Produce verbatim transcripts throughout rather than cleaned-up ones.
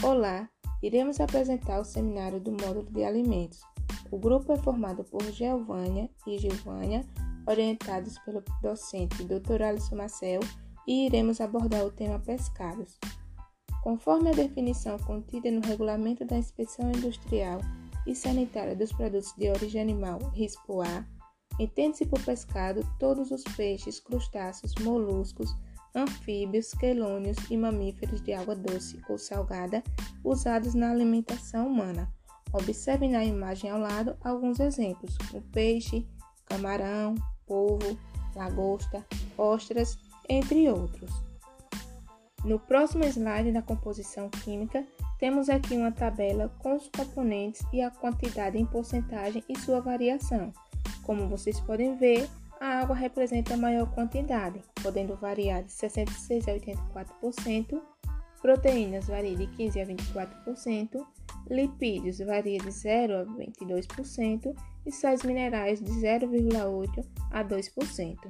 Olá, iremos apresentar o seminário do módulo de alimentos. O grupo é formado por Geovânia e Gilvânia, orientados pelo docente doutor Alisson Marcel, e iremos abordar o tema pescados. Conforme a definição contida no Regulamento da Inspeção Industrial e Sanitária dos Produtos de Origem Animal, RISPO-A, entende-se por pescado todos os peixes, crustáceos, moluscos, anfíbios, quelônios e mamíferos de água doce ou salgada usados na alimentação humana. Observe na imagem ao lado alguns exemplos: o peixe, camarão, polvo, lagosta, ostras, entre outros. No próximo slide da composição química, temos aqui uma tabela com os componentes e a quantidade em porcentagem e sua variação. Como vocês podem ver, a água representa a maior quantidade, podendo variar de sessenta e seis por cento a oitenta e quatro por cento, proteínas varia de quinze por cento a vinte e quatro por cento, lipídios varia de zero por cento a vinte e dois por cento e sais minerais de zero vírgula oito por cento a dois por cento.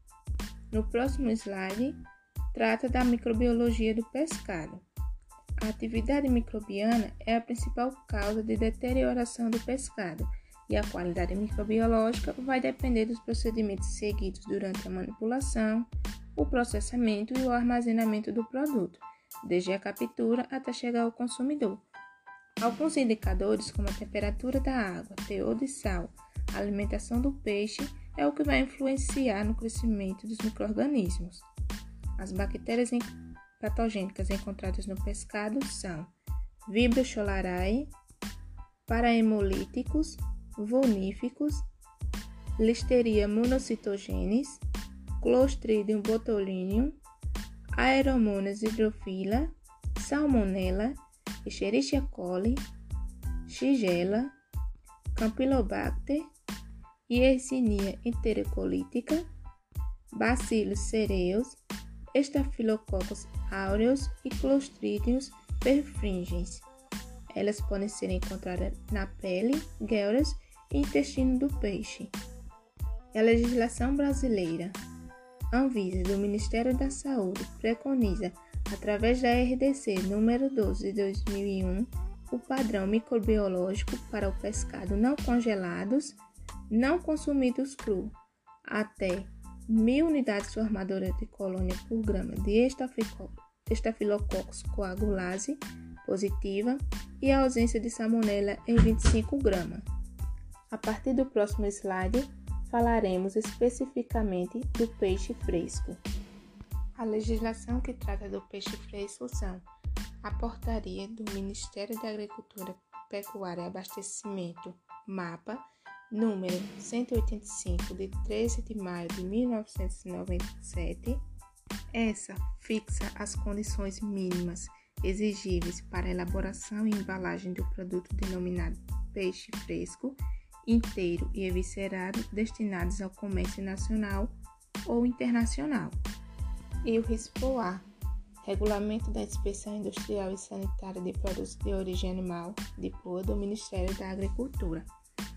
No próximo slide, trata da microbiologia do pescado. A atividade microbiana é a principal causa de deterioração do pescado, e a qualidade microbiológica vai depender dos procedimentos seguidos durante a manipulação, o processamento e o armazenamento do produto, desde a captura até chegar ao consumidor. Alguns indicadores, como a temperatura da água, teor de sal, a alimentação do peixe, é o que vai influenciar no crescimento dos micro-organismos. As bactérias patogênicas encontradas no pescado são Vibrio cholerae, parahemolíticos, vulníficos, Listeria monocytogenes, Clostridium botulinum, Aeromonas hydrophila, Salmonella, Escherichia coli, Shigella, Campylobacter, Yersinia enterocolítica, Bacillus cereus, Staphylococcus aureus e Clostridium perfringens. Elas podem ser encontradas na pele, guelras e intestino do peixe. A legislação brasileira, Anvisa, do Ministério da Saúde, preconiza, através da R D C número doze de dois mil e um, o padrão microbiológico para o pescado não congelados, não consumidos cru, até mil unidades formadoras de colônia por grama de Staphylococcus coagulase positiva e a ausência de salmonela em vinte e cinco gramas. A partir do próximo slide, falaremos especificamente do peixe fresco. A legislação que trata do peixe fresco são a Portaria do Ministério da Agricultura, Pecuária e Abastecimento, MAPA, número cento e oitenta e cinco, de treze de maio de mil novecentos e noventa e sete. Essa fixa as condições mínimas exigíveis para a elaboração e embalagem do produto denominado peixe fresco, inteiro e eviscerado, destinados ao comércio nacional ou internacional. E o RISPO-A, Regulamento da Inspeção Industrial e Sanitária de Produtos de Origem Animal, D I P O A, do Ministério da Agricultura.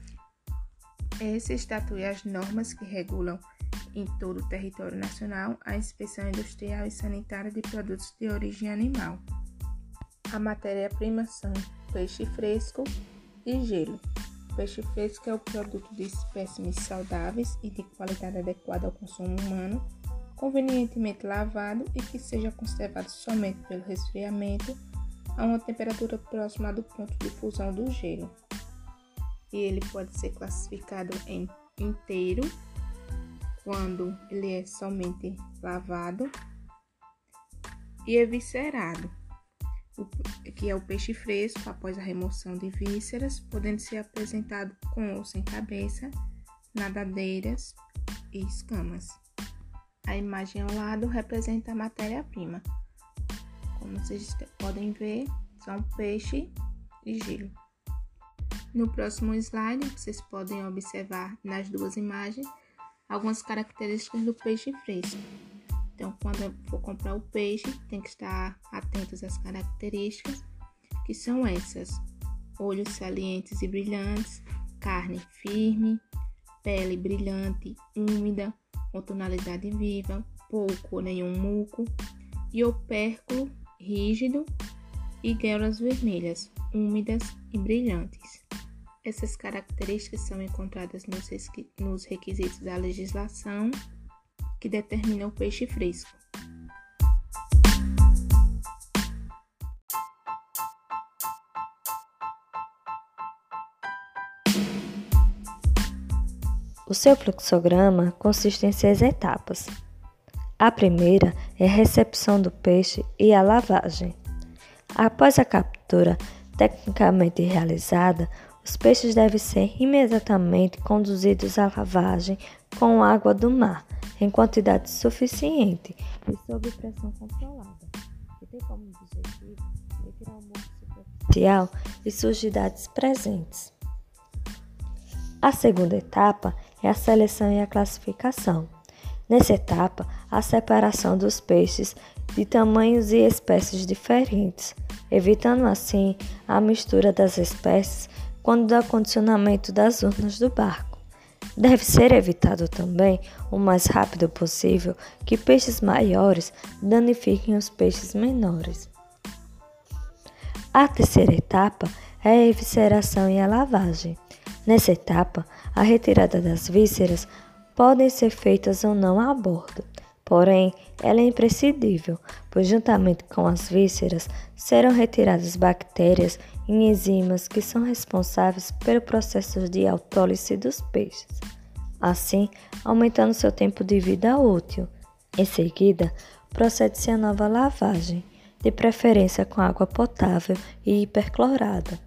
Esse estatui as normas que regulam em todo o território nacional a inspeção industrial e sanitária de produtos de origem animal. A matéria-prima são peixe fresco e gelo. Peixe fresco é o produto de espécimes saudáveis e de qualidade adequada ao consumo humano, convenientemente lavado e que seja conservado somente pelo resfriamento a uma temperatura próxima do ponto de fusão do gelo. E ele pode ser classificado em inteiro, quando ele é somente lavado, e eviscerado, que é o peixe fresco após a remoção de vísceras, podendo ser apresentado com ou sem cabeça, nadadeiras e escamas. A imagem ao lado representa a matéria-prima. Como vocês podem ver, são peixe e gelo. No próximo slide, vocês podem observar nas duas imagens algumas características do peixe fresco. Então, quando for comprar o peixe, tem que estar atentos às características, que são essas: olhos salientes e brilhantes, carne firme, pele brilhante, úmida, com tonalidade viva, pouco ou nenhum muco, e opérculo rígido e guelas vermelhas, úmidas e brilhantes. Essas características são encontradas nos requisitos da legislação que determina o peixe fresco. O seu fluxograma consiste em seis etapas. A primeira é a recepção do peixe e a lavagem. Após a captura tecnicamente realizada, os peixes devem ser imediatamente conduzidos à lavagem com água do mar, em quantidade suficiente e sob pressão controlada, que tem como objetivo retirar o moco superficial e sujidades presentes. A segunda etapa é a seleção e a classificação. Nessa etapa, a separação dos peixes de tamanhos e espécies diferentes, evitando assim a mistura das espécies quando do acondicionamento das urnas do barco. Deve ser evitado também, o mais rápido possível, que peixes maiores danifiquem os peixes menores. A terceira etapa é a evisceração e a lavagem. Nessa etapa, a retirada das vísceras podem ser feitas ou não a bordo, porém, ela é imprescindível, pois juntamente com as vísceras serão retiradas bactérias e enzimas que são responsáveis pelo processo de autólise dos peixes, assim aumentando seu tempo de vida útil. Em seguida, procede-se a nova lavagem, de preferência com água potável e hiperclorada.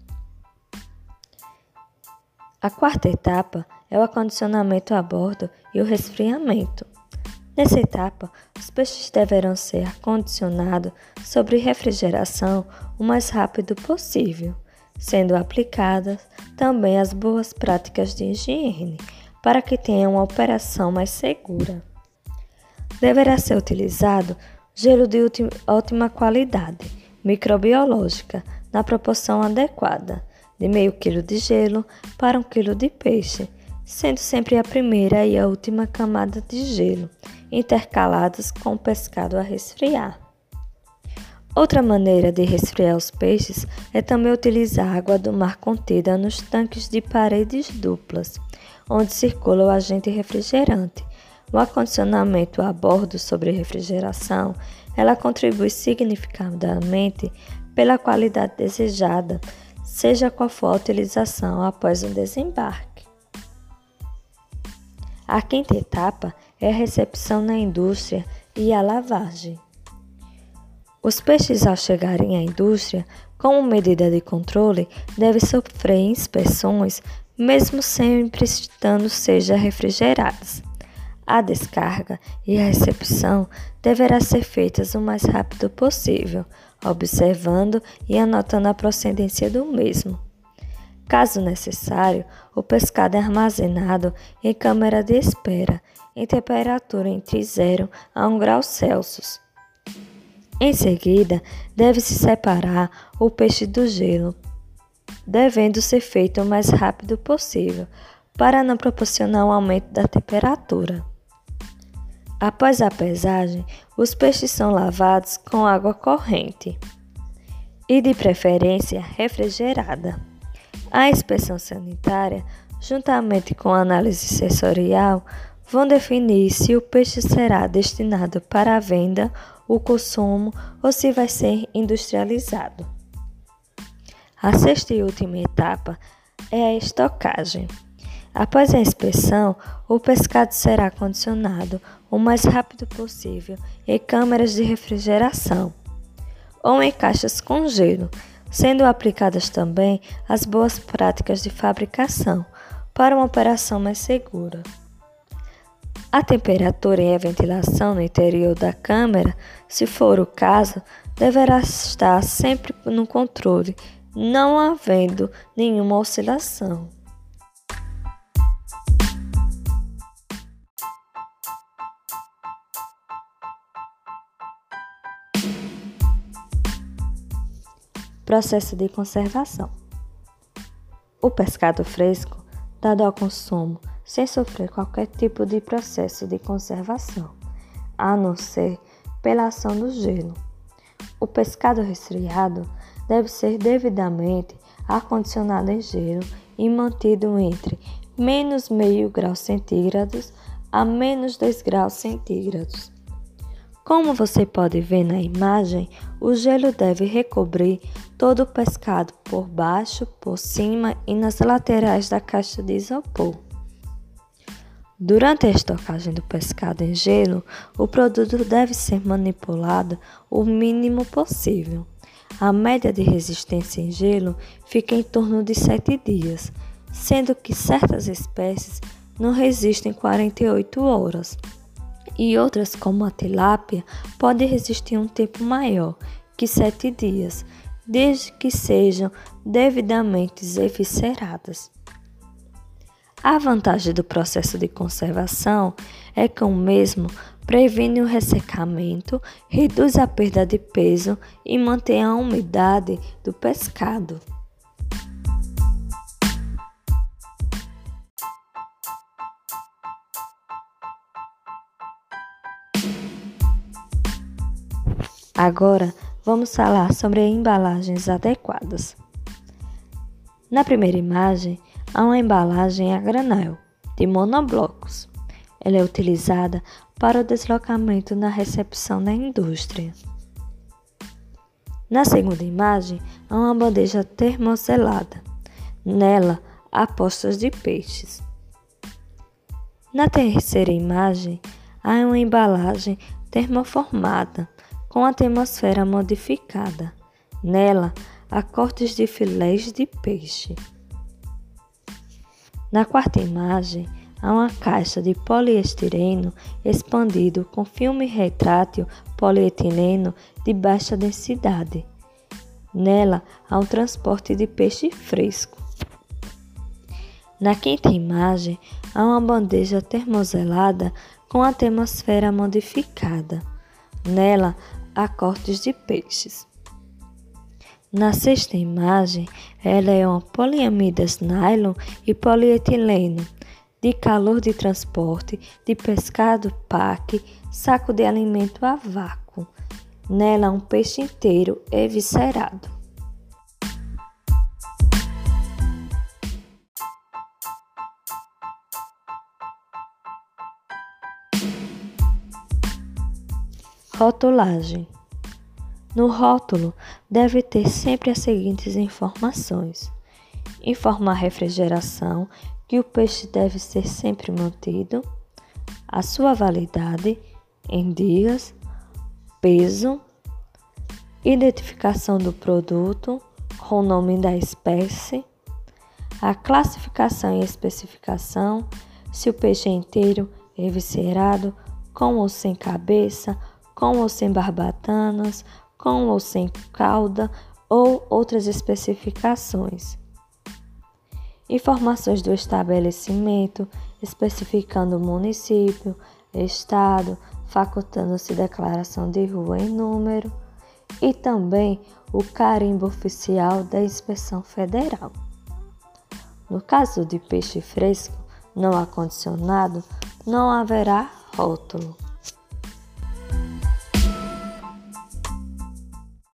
A quarta etapa é o acondicionamento a bordo e o resfriamento. Nessa etapa, os peixes deverão ser acondicionados sobre refrigeração o mais rápido possível, sendo aplicadas também as boas práticas de higiene, para que tenham uma operação mais segura. Deverá ser utilizado gelo de ótima qualidade, microbiológica, na proporção adequada, de meio quilo de gelo para um quilo de peixe, sendo sempre a primeira e a última camada de gelo, intercaladas com o pescado a resfriar. Outra maneira de resfriar os peixes é também utilizar água do mar contida nos tanques de paredes duplas, onde circula o agente refrigerante. O acondicionamento a bordo sobre refrigeração, ela contribui significativamente pela qualidade desejada, seja qual for a utilização após o desembarque. A quinta etapa é a recepção na indústria e a lavagem. Os peixes, ao chegarem à indústria, como medida de controle, devem sofrer inspeções, mesmo sempre estando seja refrigerados. A descarga e a recepção deverá ser feitas o mais rápido possível, observando e anotando a procedência do mesmo. Caso necessário, o pescado é armazenado em câmara de espera, em temperatura entre zero a um grau Celsius. Em seguida, deve-se separar o peixe do gelo, devendo ser feito o mais rápido possível, para não proporcionar um aumento da temperatura. Após a pesagem, os peixes são lavados com água corrente e, de preferência, refrigerada. A inspeção sanitária, juntamente com a análise sensorial, vão definir se o peixe será destinado para a venda, o consumo ou se vai ser industrializado. A sexta e última etapa é a estocagem. Após a inspeção, o pescado será acondicionado o mais rápido possível em câmaras de refrigeração ou em caixas com gelo, sendo aplicadas também as boas práticas de fabricação para uma operação mais segura. A temperatura e a ventilação no interior da câmara, se for o caso, deverá estar sempre no controle, não havendo nenhuma oscilação. Processo de conservação. O pescado fresco, dado ao consumo, sem sofrer qualquer tipo de processo de conservação, a não ser pela ação do gelo. O pescado resfriado deve ser devidamente acondicionado em gelo e mantido entre menos meio grau centígrados a menos dois graus centígrados. Como você pode ver na imagem, o gelo deve recobrir todo o pescado por baixo, por cima e nas laterais da caixa de isopor. Durante a estocagem do pescado em gelo, o produto deve ser manipulado o mínimo possível. A média de resistência em gelo fica em torno de sete dias, sendo que certas espécies não resistem quarenta e oito horas, e outras, como a tilápia, podem resistir um tempo maior que sete dias, desde que sejam devidamente evisceradas. A vantagem do processo de conservação é que o mesmo previne o ressecamento, reduz a perda de peso e mantém a umidade do pescado. Agora, vamos falar sobre embalagens adequadas. Na primeira imagem, há uma embalagem a granel, de monoblocos. Ela é utilizada para o deslocamento na recepção da indústria. Na segunda imagem, há uma bandeja termoselada. Nela, há postas de peixes. Na terceira imagem, há uma embalagem termoformada, com a atmosfera modificada. Nela, há cortes de filés de peixe. Na quarta imagem, há uma caixa de poliestireno expandido com filme retrátil polietileno de baixa densidade. Nela, há um transporte de peixe fresco. Na quinta imagem, há uma bandeja termoselada com a atmosfera modificada. Nela, há cortes de peixes. Na sexta imagem, ela é uma poliamidas nylon e polietileno, de calor de transporte, de pescado pack, saco de alimento a vácuo. Nela, um peixe inteiro eviscerado. Rotulagem. No rótulo, deve ter sempre as seguintes informações: informar a refrigeração, que o peixe deve ser sempre mantido, a sua validade em dias, peso, identificação do produto com o nome da espécie, a classificação e especificação, se o peixe é inteiro, eviscerado, com ou sem cabeça, com ou sem barbatanas, com ou sem cauda ou outras especificações. Informações do estabelecimento, especificando o município, estado, facultando-se declaração de rua em número e também o carimbo oficial da Inspeção Federal. No caso de peixe fresco não acondicionado, não haverá rótulo.